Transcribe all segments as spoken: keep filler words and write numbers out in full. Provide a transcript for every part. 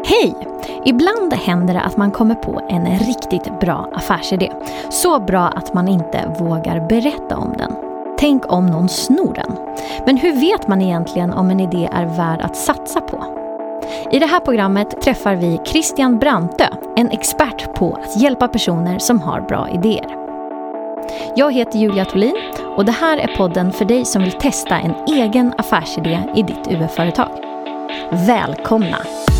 Hej! Ibland händer det att man kommer på en riktigt bra affärsidé. Så bra att man inte vågar berätta om den. Tänk om någon snor den. Men hur vet man egentligen om en idé är värd att satsa på? I det här programmet träffar vi Christian Brantö, en expert på att hjälpa personer som har bra idéer. Jag heter Julia Tolin och det här är podden för dig som vill testa en egen affärsidé i ditt U F-företag. Välkomna!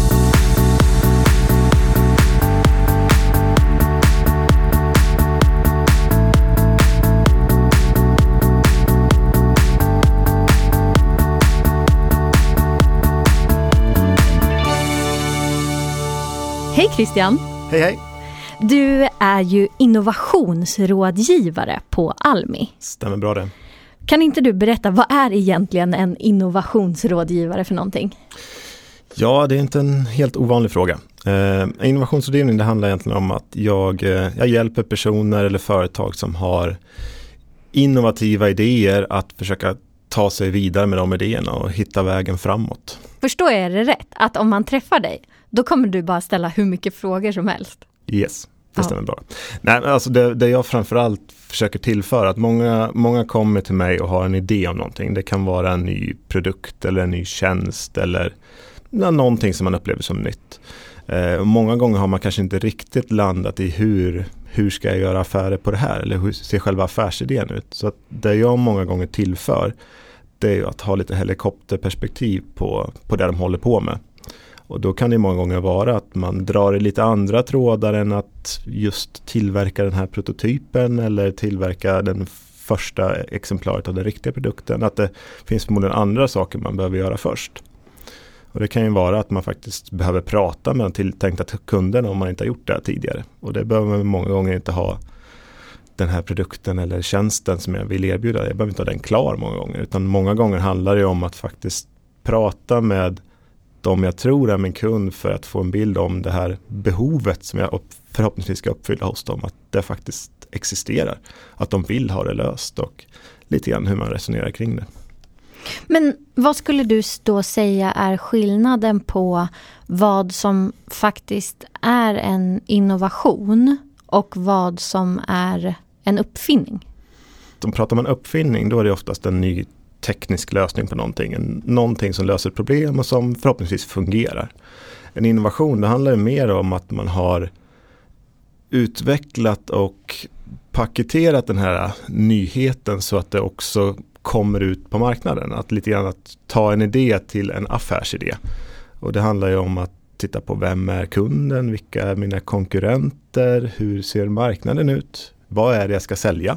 Hej Christian! Hej hej! Du är ju innovationsrådgivare på Almi. Stämmer bra det. Kan inte du berätta, vad är egentligen en innovationsrådgivare för någonting? Ja, det är inte en helt ovanlig fråga. Eh, innovationsrådgivning, det handlar egentligen om att jag, eh, jag hjälper personer eller företag som har innovativa idéer att försöka ta sig vidare med de idéerna och hitta vägen framåt. Förstår jag det rätt? Att om man träffar dig, då kommer du bara ställa hur mycket frågor som helst? Yes, det stämmer ja. bra. Nej, men alltså det, det jag framförallt försöker tillföra, att många, många kommer till mig och har en idé om någonting. Det kan vara en ny produkt eller en ny tjänst eller ja, någonting som man upplever som nytt. Eh, och många gånger har man kanske inte riktigt landat i hur, hur ska jag göra affärer på det här eller hur ser själva affärsidén ut. Så att det jag många gånger tillför, det är ju att ha lite helikopterperspektiv på, på det de håller på med. Och då kan det många gånger vara att man drar i lite andra trådar än att just tillverka den här prototypen eller tillverka den första exemplaret av den riktiga produkten. Att det finns förmodligen andra saker man behöver göra först. Och det kan ju vara att man faktiskt behöver prata med de tilltänkta kunderna om man inte har gjort det tidigare. Och det behöver man många gånger inte ha den här produkten eller tjänsten som jag vill erbjuda. Jag behöver inte ha den klar många gånger. Utan många gånger handlar det om att faktiskt prata med de jag tror är min kund för att få en bild om det här behovet som jag förhoppningsvis ska uppfylla hos dem. Att det faktiskt existerar. Att de vill ha det löst och lite grann hur man resonerar kring det. Men vad skulle du då säga är skillnaden på vad som faktiskt är en innovation och vad som är en uppfinning? Om pratar man uppfinning, då är det oftast en ny teknisk lösning på någonting. En, någonting som löser ett problem och som förhoppningsvis fungerar. En innovation, det handlar mer om att man har utvecklat och paketerat den här nyheten så att det också kommer ut på marknaden. Att lite grann att ta en idé till en affärsidé. Och det handlar ju om att titta på vem är kunden, vilka är mina konkurrenter, hur ser marknaden ut, vad är det jag ska sälja.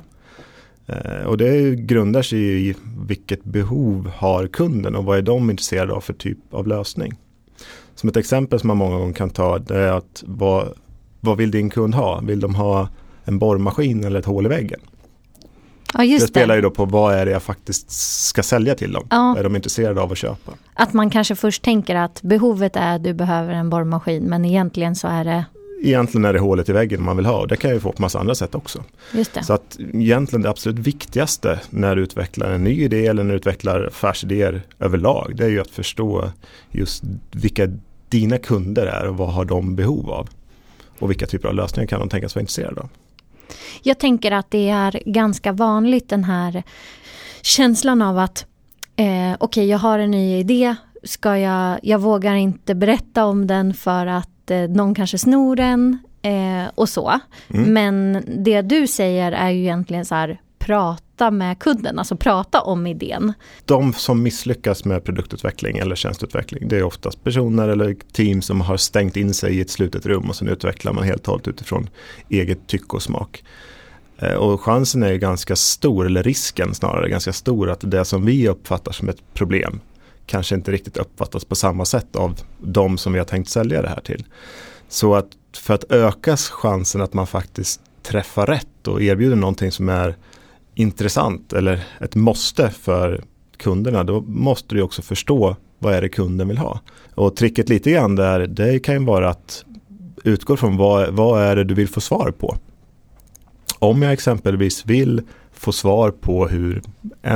Och det grundar sig i vilket behov har kunden och vad är de intresserade av för typ av lösning. Som ett exempel som man många gånger kan ta, det är att vad, vad vill din kund ha? Vill de ha en borrmaskin eller ett hål i väggen? Ja, just det spelar det. Ju då på vad är det jag faktiskt ska sälja till dem. Ja. Vad är de intresserade av att köpa? Att man kanske först tänker att behovet är att du behöver en borrmaskin, men egentligen så är det... Egentligen är det hålet i väggen man vill ha och det kan ju få på massa andra sätt också. Just det. Så att egentligen det absolut viktigaste när du utvecklar en ny idé eller när du utvecklar affärsidéer överlag, det är ju att förstå just vilka dina kunder är och vad har de behov av. Och vilka typer av lösningar kan de tänkas vara intresserade av. Jag tänker att det är ganska vanligt den här känslan av att eh, okej, okay, jag har en ny idé, ska jag, jag vågar inte berätta om den för att någon kanske snor den eh, och så. Mm. Men det du säger är ju egentligen så här, prata med kunden, alltså prata om idén. De som misslyckas med produktutveckling eller tjänstutveckling, det är oftast personer eller team som har stängt in sig i ett slutet rum och sen utvecklar man helt och hållet utifrån eget tycke och smak. Eh, och chansen är ju ganska stor, eller risken snarare ganska stor, att det som vi uppfattar som ett problem kanske inte riktigt uppfattas på samma sätt av de som vi har tänkt sälja det här till. Så att för att öka chansen att man faktiskt träffar rätt och erbjuder någonting som är intressant eller ett måste för kunderna, då måste du också förstå vad är det kunden vill ha. Och tricket lite grann där, det kan ju vara att utgå från vad, vad är det du vill få svar på. Om jag exempelvis vill få svar på hur en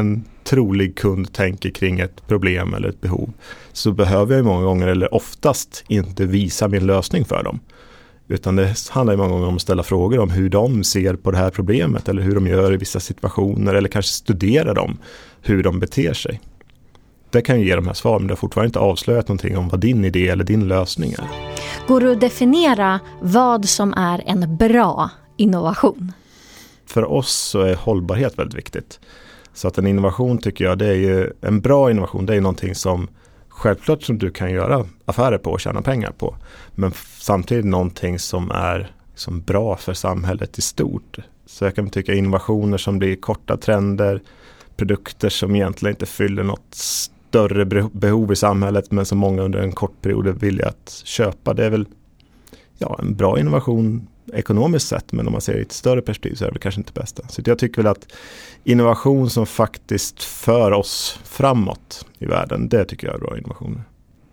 trolig kund tänker kring ett problem eller ett behov, så behöver jag många gånger eller oftast inte visa min lösning för dem. Utan det handlar ju många gånger om att ställa frågor om hur de ser på det här problemet eller hur de gör i vissa situationer eller kanske studera dem, hur de beter sig. Det kan ju ge de här svaren, men det har fortfarande inte avslöjat någonting om vad din idé eller din lösning är. Går det att definiera vad som är en bra innovation? För oss så är hållbarhet väldigt viktigt. Så att en innovation tycker jag, det är ju en bra innovation, det är någonting som självklart som du kan göra affärer på och tjäna pengar på. Men samtidigt någonting som är som bra för samhället i stort. Så jag kan tycka innovationer som blir korta trender, produkter som egentligen inte fyller något större behov i samhället men som många under en kort period vill att köpa. Det är väl ja, en bra innovation ekonomiskt sett, men om man ser i ett större perspektiv så är det kanske inte bästa. Så jag tycker väl att innovation som faktiskt för oss framåt i världen, det tycker jag är bra innovationer.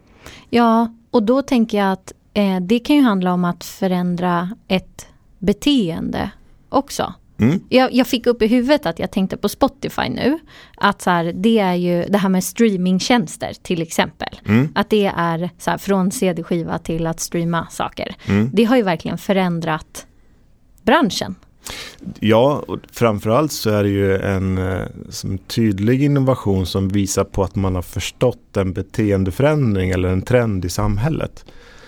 Ja, och då tänker jag att eh, det kan ju handla om att förändra ett beteende också. Mm. Jag, jag fick upp i huvudet att jag tänkte på Spotify nu. Att så här, det är ju det här med streamingtjänster till exempel. Mm. Att det är så här, från C D-skiva till att streama saker. Mm. Det har ju verkligen förändrat branschen. Ja, och framförallt så är det ju en som tydlig innovation som visar på att man har förstått en beteendeförändring eller en trend i samhället.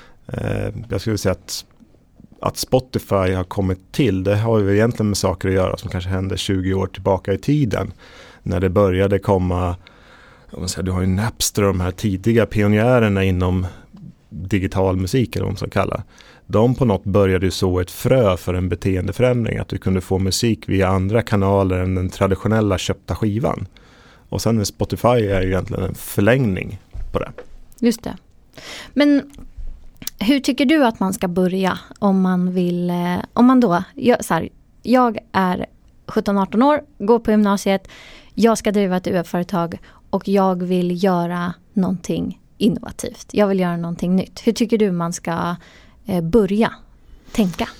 Eh, jag skulle säga att Att Spotify har kommit till, det har ju egentligen med saker att göra som kanske hände tjugo år tillbaka i tiden. När det började komma, om man säger, du har ju Napster och de här tidiga pionjärerna inom digital musik eller vad man ska kalla. De på något började ju så ett frö för en beteendeförändring, att du kunde få musik via andra kanaler än den traditionella köpta skivan. Och sen Spotify är ju egentligen en förlängning på det. Just det. Men hur tycker du att man ska börja om man vill, om man då, jag, så här, jag är sjutton arton år, går på gymnasiet, jag ska driva ett U F-företag och jag vill göra någonting innovativt. Jag vill göra någonting nytt. Hur tycker du man ska eh, börja tänka?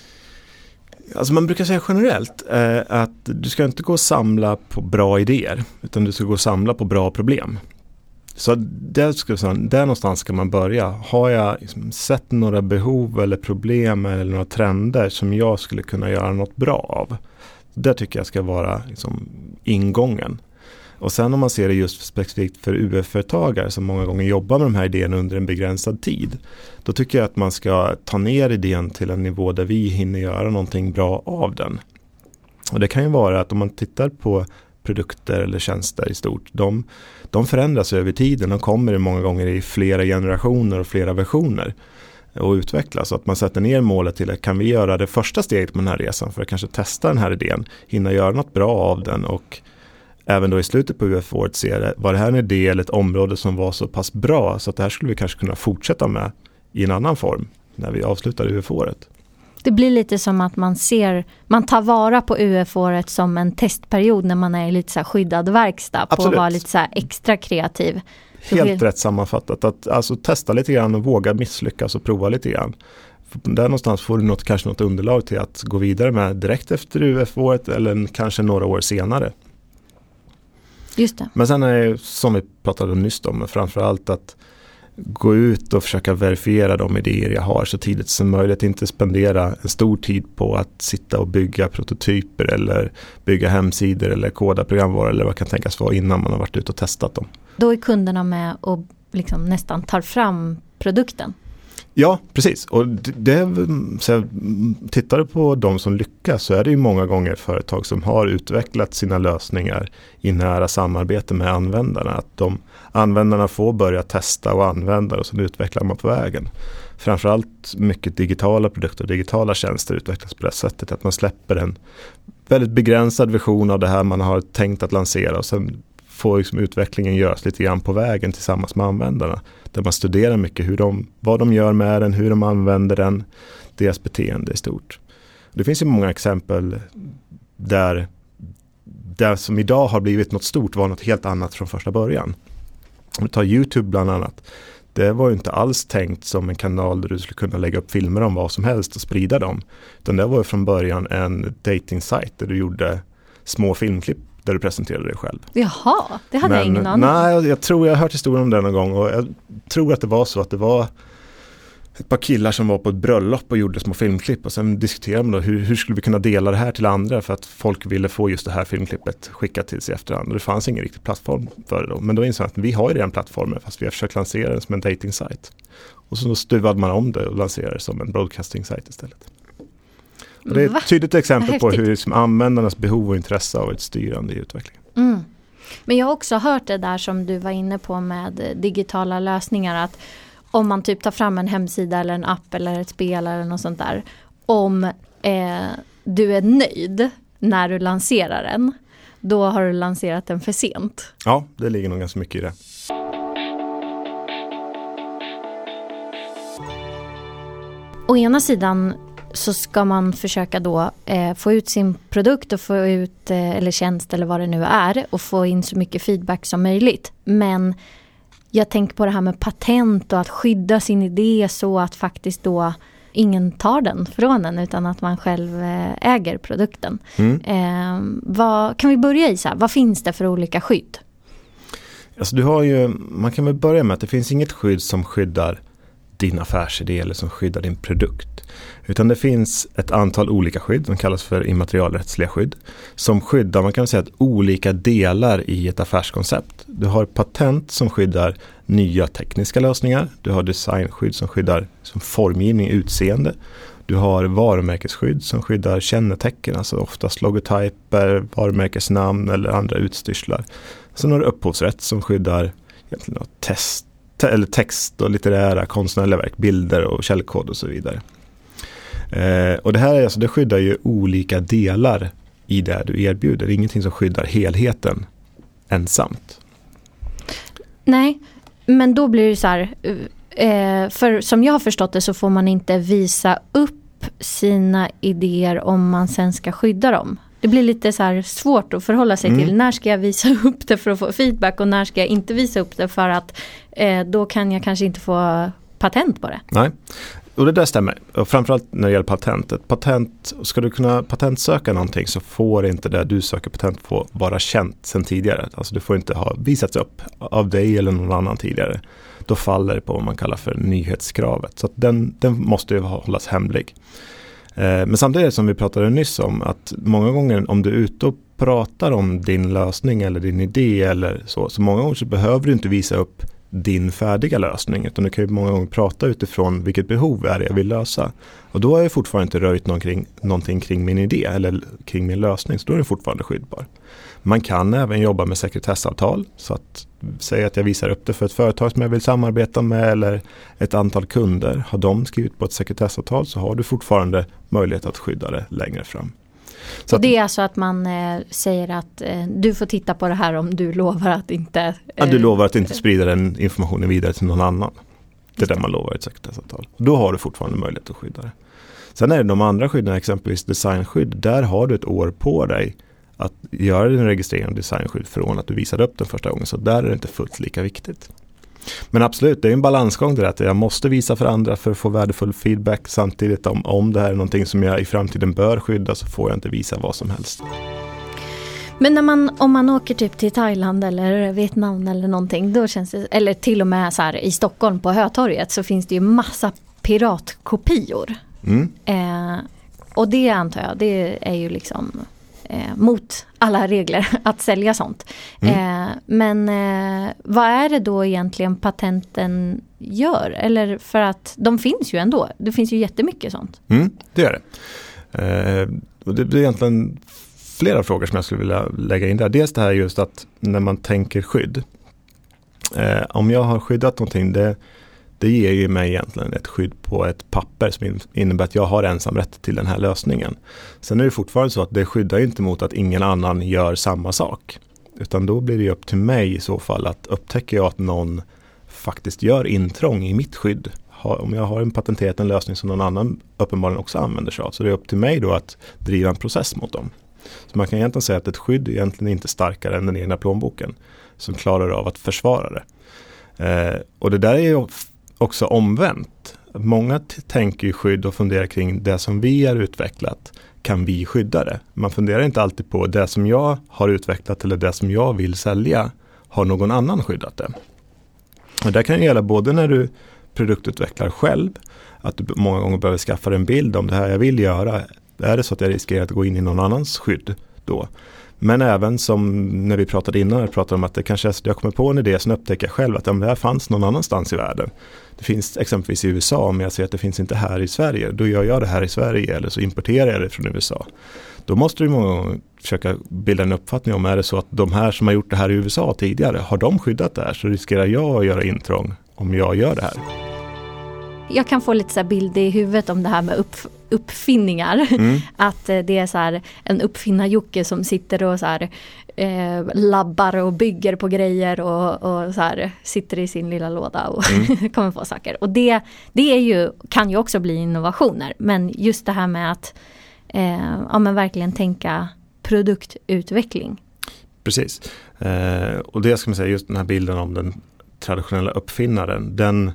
Alltså man brukar säga generellt eh, att du ska inte gå och samla på bra idéer, utan du ska gå och samla på bra problem. Så där, ska säga, där någonstans ska man börja. Har jag liksom sett några behov eller problem eller några trender som jag skulle kunna göra något bra av? Det tycker jag ska vara liksom ingången. Och sen om man ser det just specifikt för U F-företagare som många gånger jobbar med de här idéerna under en begränsad tid, då tycker jag att man ska ta ner idén till en nivå där vi hinner göra någonting bra av den. Och det kan ju vara att om man tittar på produkter eller tjänster i stort, de, de förändras över tiden och kommer många gånger i flera generationer och flera versioner och utvecklas. Så att man sätter ner målet till att kan vi göra det första steget på den här resan för att kanske testa den här idén, hinna göra något bra av den och även då i slutet på U F-året se det, var det här en idé eller ett område som var så pass bra så att det här skulle vi kanske kunna fortsätta med i en annan form när vi avslutar U F-året. Det blir lite som att man ser, man tar vara på U F-året som en testperiod när man är i lite så här skyddad verkstad. Absolut. På att vara lite så här extra kreativ. Helt blir... rätt sammanfattat. Att alltså testa lite grann och våga misslyckas och prova lite grann. För där någonstans får du något, kanske något underlag till att gå vidare med direkt efter U F-året eller kanske några år senare. Just det. Men sen är det som vi pratade om nyss om, framförallt att gå ut och försöka verifiera de idéer jag har så tidigt som möjligt. Inte spendera en stor tid på att sitta och bygga prototyper eller bygga hemsidor eller koda programvaror eller vad kan tänkas vara innan man har varit ute och testat dem. Då är kunderna med och liksom nästan tar fram produkten. Ja, precis. Och det, så tittar du på de som lyckas så är det ju många gånger företag som har utvecklat sina lösningar i nära samarbete med användarna. Att de användarna får börja testa och använda och sen utvecklar man på vägen. Framförallt mycket digitala produkter och digitala tjänster utvecklas på det sättet att man släpper en väldigt begränsad version av det här man har tänkt att lansera och sen får liksom utvecklingen göras lite grann på vägen tillsammans med användarna. Där man studerar mycket hur de, vad de gör med den, hur de använder den, deras beteende i stort. Det finns ju många exempel där det som idag har blivit något stort var något helt annat från första början. Om vi tar YouTube bland annat. Det var ju inte alls tänkt som en kanal där du skulle kunna lägga upp filmer om vad som helst och sprida dem. Utan det var ju från början en dating-sajt där du gjorde små filmklipp där du presenterar dig själv. Jaha, det hade Men, jag ingen aning. Nej, jag tror jag har hört historien om det någon gång och jag tror att det var så att det var ett par killar som var på ett bröllop och gjorde små filmklipp och sen diskuterade man då hur, hur skulle vi kunna dela det här till andra för att folk ville få just det här filmklippet skickat till sig efterhand. Och det fanns ingen riktig plattform för det då. Men då insåg jag att vi har ju redan plattformen fast vi har försökt lansera den som en dating-sajt. Och så stuvade man om det och lanserade det som en broadcasting-sajt istället. Och det är ett tydligt exempel på hur liksom, användarnas behov och intresse har varit styrande i utvecklingen. Mm. Men jag har också hört det där som du var inne på med digitala lösningar, att om man typ tar fram en hemsida eller en app eller ett spel eller något sånt där, om eh, du är nöjd när du lanserar den, då har du lanserat den för sent. Ja, det ligger nog ganska mycket i det. Å ena sidan så ska man försöka då eh, få ut sin produkt och få ut, eh, eller tjänst eller vad det nu är, och få in så mycket feedback som möjligt. Men jag tänker på det här med patent och att skydda sin idé så att faktiskt då ingen tar den från en utan att man själv eh, äger produkten. Mm. Eh, vad, kan vi börja i så här, vad finns det för olika skydd? Alltså du har ju, man kan väl börja med att det finns inget skydd som skyddar din affärsidé eller som skyddar din produkt. Utan det finns ett antal olika skydd som kallas för immaterialrättsliga skydd som skyddar, man kan säga att olika delar i ett affärskoncept. Du har patent som skyddar nya tekniska lösningar. Du har designskydd som skyddar som formgivning, utseende. Du har varumärkesskydd som skyddar kännetecken, alltså oftast logotyper, varumärkesnamn eller andra utstyrslar. Sen har du upphovsrätt som skyddar egentligen test, eller text och litterära konstnärliga verk, bilder och källkod och så vidare. Eh, och det här är alltså, det skyddar ju olika delar i det du erbjuder. Det är ingenting som skyddar helheten ensamt. Nej, men då blir det så här, eh, för som jag har förstått det så får man inte visa upp sina idéer om man sen ska skydda dem. Det blir lite så här svårt att förhålla sig mm. till. När ska jag visa upp det för att få feedback och när ska jag inte visa upp det för att eh, då kan jag kanske inte få patent på det. Nej, och det där stämmer. Och framförallt när det gäller patentet. Patent, ska du kunna patentsöka någonting så får inte det du söker patent på vara känt sedan tidigare. Alltså du får inte ha visats upp av dig eller någon annan tidigare. Då faller det på vad man kallar för nyhetskravet. Så att den, den måste ju hållas hemlig. Men samtidigt som vi pratade nyss om att många gånger om du är ute och pratar om din lösning eller din idé eller så, så många gånger så behöver du inte visa upp din färdiga lösning utan du kan ju många gånger prata utifrån vilket behov är det jag vill lösa. Och då har jag fortfarande inte röjt någon kring, någonting kring min idé eller kring min lösning, så då är det fortfarande skyddbar. Man kan även jobba med sekretessavtal, så att säga att jag visar upp det för ett företag som jag vill samarbeta med eller ett antal kunder. Har de skrivit på ett sekretessavtal så har du fortfarande möjlighet att skydda det längre fram. Så och det är alltså att man eh, säger att eh, du får titta på det här om du lovar att inte... Eh, ja, du lovar att inte sprida den informationen vidare till någon annan. Det är det man lovar i ett sekretessavtal. Då har du fortfarande möjlighet att skydda det. Sen är det de andra skydden, exempelvis designskydd. Där har du ett år på dig att göra din registrering av designskydd från att du visade upp den första gången. Så där är det inte fullt lika viktigt. Men absolut, det är en balansgång där att jag måste visa för andra för att få värdefull feedback. Samtidigt om, om det här är någonting som jag i framtiden bör skydda så får jag inte visa vad som helst. Men när man, om man åker typ till Thailand eller Vietnam eller någonting, då känns det, eller till och med så här i Stockholm på Hötorget så finns det ju massa piratkopior. Mm. Eh, och det antar jag, det är ju liksom... Eh, mot alla regler att sälja sånt. Mm. Eh, men eh, vad är det då egentligen patenten gör? Eller för att de finns ju ändå. Det finns ju jättemycket sånt. Mm, det gör det. Eh, och det blir egentligen flera frågor som jag skulle vilja lägga in där. Dels det här just att när man tänker skydd. Eh, om jag har skyddat någonting, det Det ger ju mig egentligen ett skydd på ett papper som innebär att jag har ensamrätt till den här lösningen. Sen är det fortfarande så att det skyddar inte mot att ingen annan gör samma sak. Utan då blir det upp till mig i så fall att upptäcker jag att någon faktiskt gör intrång i mitt skydd. Om jag har en patenterat en lösning som någon annan uppenbarligen också använder sig av. Så det är upp till mig då att driva en process mot dem. Så man kan egentligen säga att ett skydd är egentligen inte starkare än den egna plånboken som klarar av att försvara det. Eh, och det där är ju också omvänt. Många t- tänker ju skydd och funderar kring det som vi har utvecklat kan vi skydda det? Man funderar inte alltid på det som jag har utvecklat eller det som jag vill sälja, har någon annan skyddat det? Och det kan gälla både när du produktutvecklar själv, att du många gånger behöver skaffa en bild om det här jag vill göra. Är det så att jag riskerar att gå in i någon annans skydd då? Men även som när vi pratade innan, jag pratade om att det kanske är så att jag kommer på en idé, så upptäcker jag själv att om det här fanns någon annanstans i världen. Det finns exempelvis i U S A, men jag ser att det finns inte här i Sverige. Då gör jag det här i Sverige eller så importerar jag det från U S A. Då måste du många gånger försöka bilda en uppfattning om, är det så att de här som har gjort det här i U S A tidigare, har de skyddat det här? Så riskerar jag att göra intrång om jag gör det här. Jag kan få lite så här bild i huvudet om det här med upp, uppfinningar. Mm. Att det är så här en uppfinnar-Jocke som sitter och så här, eh, labbar och bygger på grejer och, och så här, sitter i sin lilla låda och mm. kommer på saker. Och det, det är ju, kan ju också bli innovationer. Men just det här med att eh, ja, men verkligen tänka produktutveckling. Precis. Eh, och det ska man säga, just den här bilden om den traditionella uppfinnaren, den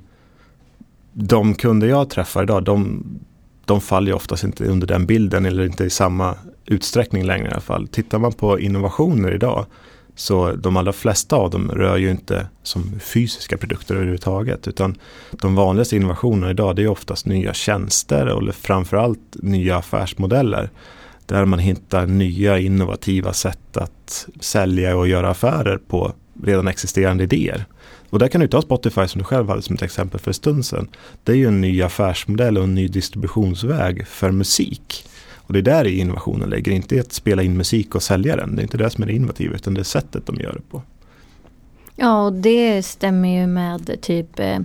de kunder jag träffar idag, de, de faller ju oftast inte under den bilden eller inte i samma utsträckning längre i alla fall. Tittar man på innovationer idag, så de allra flesta av dem rör ju inte som fysiska produkter överhuvudtaget, utan de vanligaste innovationerna idag, det är oftast nya tjänster eller framförallt nya affärsmodeller där man hittar nya innovativa sätt att sälja och göra affärer på redan existerande idéer. Och där kan du ta Spotify som du själv hade som ett exempel för en stund sedan. Det är ju en ny affärsmodell och en ny distributionsväg för musik. Och det är där i innovationen ligger, inte i att spela in musik och sälja den. Det är inte det som är det innovativa, utan det är sättet de gör det på. Ja, och det stämmer ju med typ eh,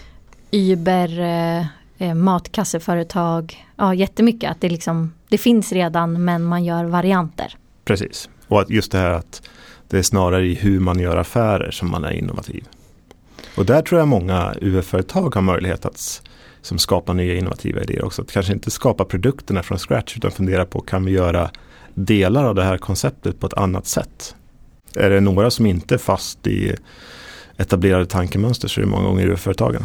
Uber, eh, matkasseföretag. Ja, jättemycket. Att det, liksom, det finns redan, men man gör varianter. Precis. Och att just det här att det är snarare i hur man gör affärer som man är innovativ. Och där tror jag många U F-företag har möjlighet att som skapa nya innovativa idéer också. Att kanske inte skapa produkterna från scratch, utan fundera på, kan vi göra delar av det här konceptet på ett annat sätt? Är det några som inte är fast i etablerade tankemönster, så är det många gånger U F-företagarna.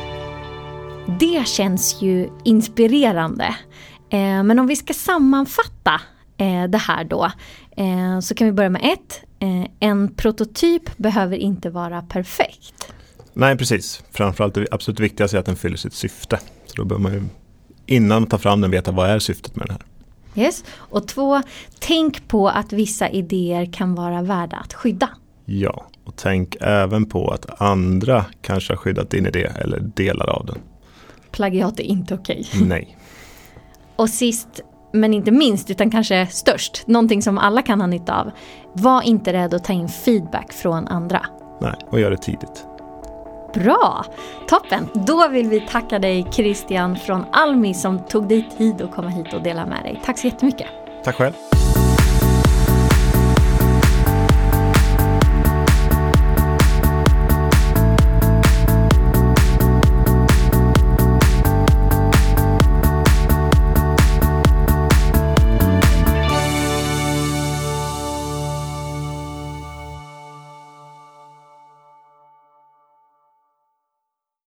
Det känns ju inspirerande. Eh, men om vi ska sammanfatta eh, det här då, eh, så kan vi börja med ett. Eh, en prototyp behöver inte vara perfekt. Nej, precis. Framförallt det absolut viktigaste är att den fyller sitt syfte. Så då bör man ju innan man tar fram den veta, vad är syftet med den här. Yes. Och två, tänk på att vissa idéer kan vara värda att skydda. Ja, och tänk även på att andra kanske har skyddat din idé eller delar av den. Plagiat är inte okej. Nej. Och sist, men inte minst, utan kanske störst, någonting som alla kan ha nytta av. Var inte rädd att ta in feedback från andra. Nej, och gör det tidigt. Bra, toppen. Då vill vi tacka dig, Christian från Almi, som tog dig tid att komma hit och dela med dig. Tack så jättemycket. Tack själv.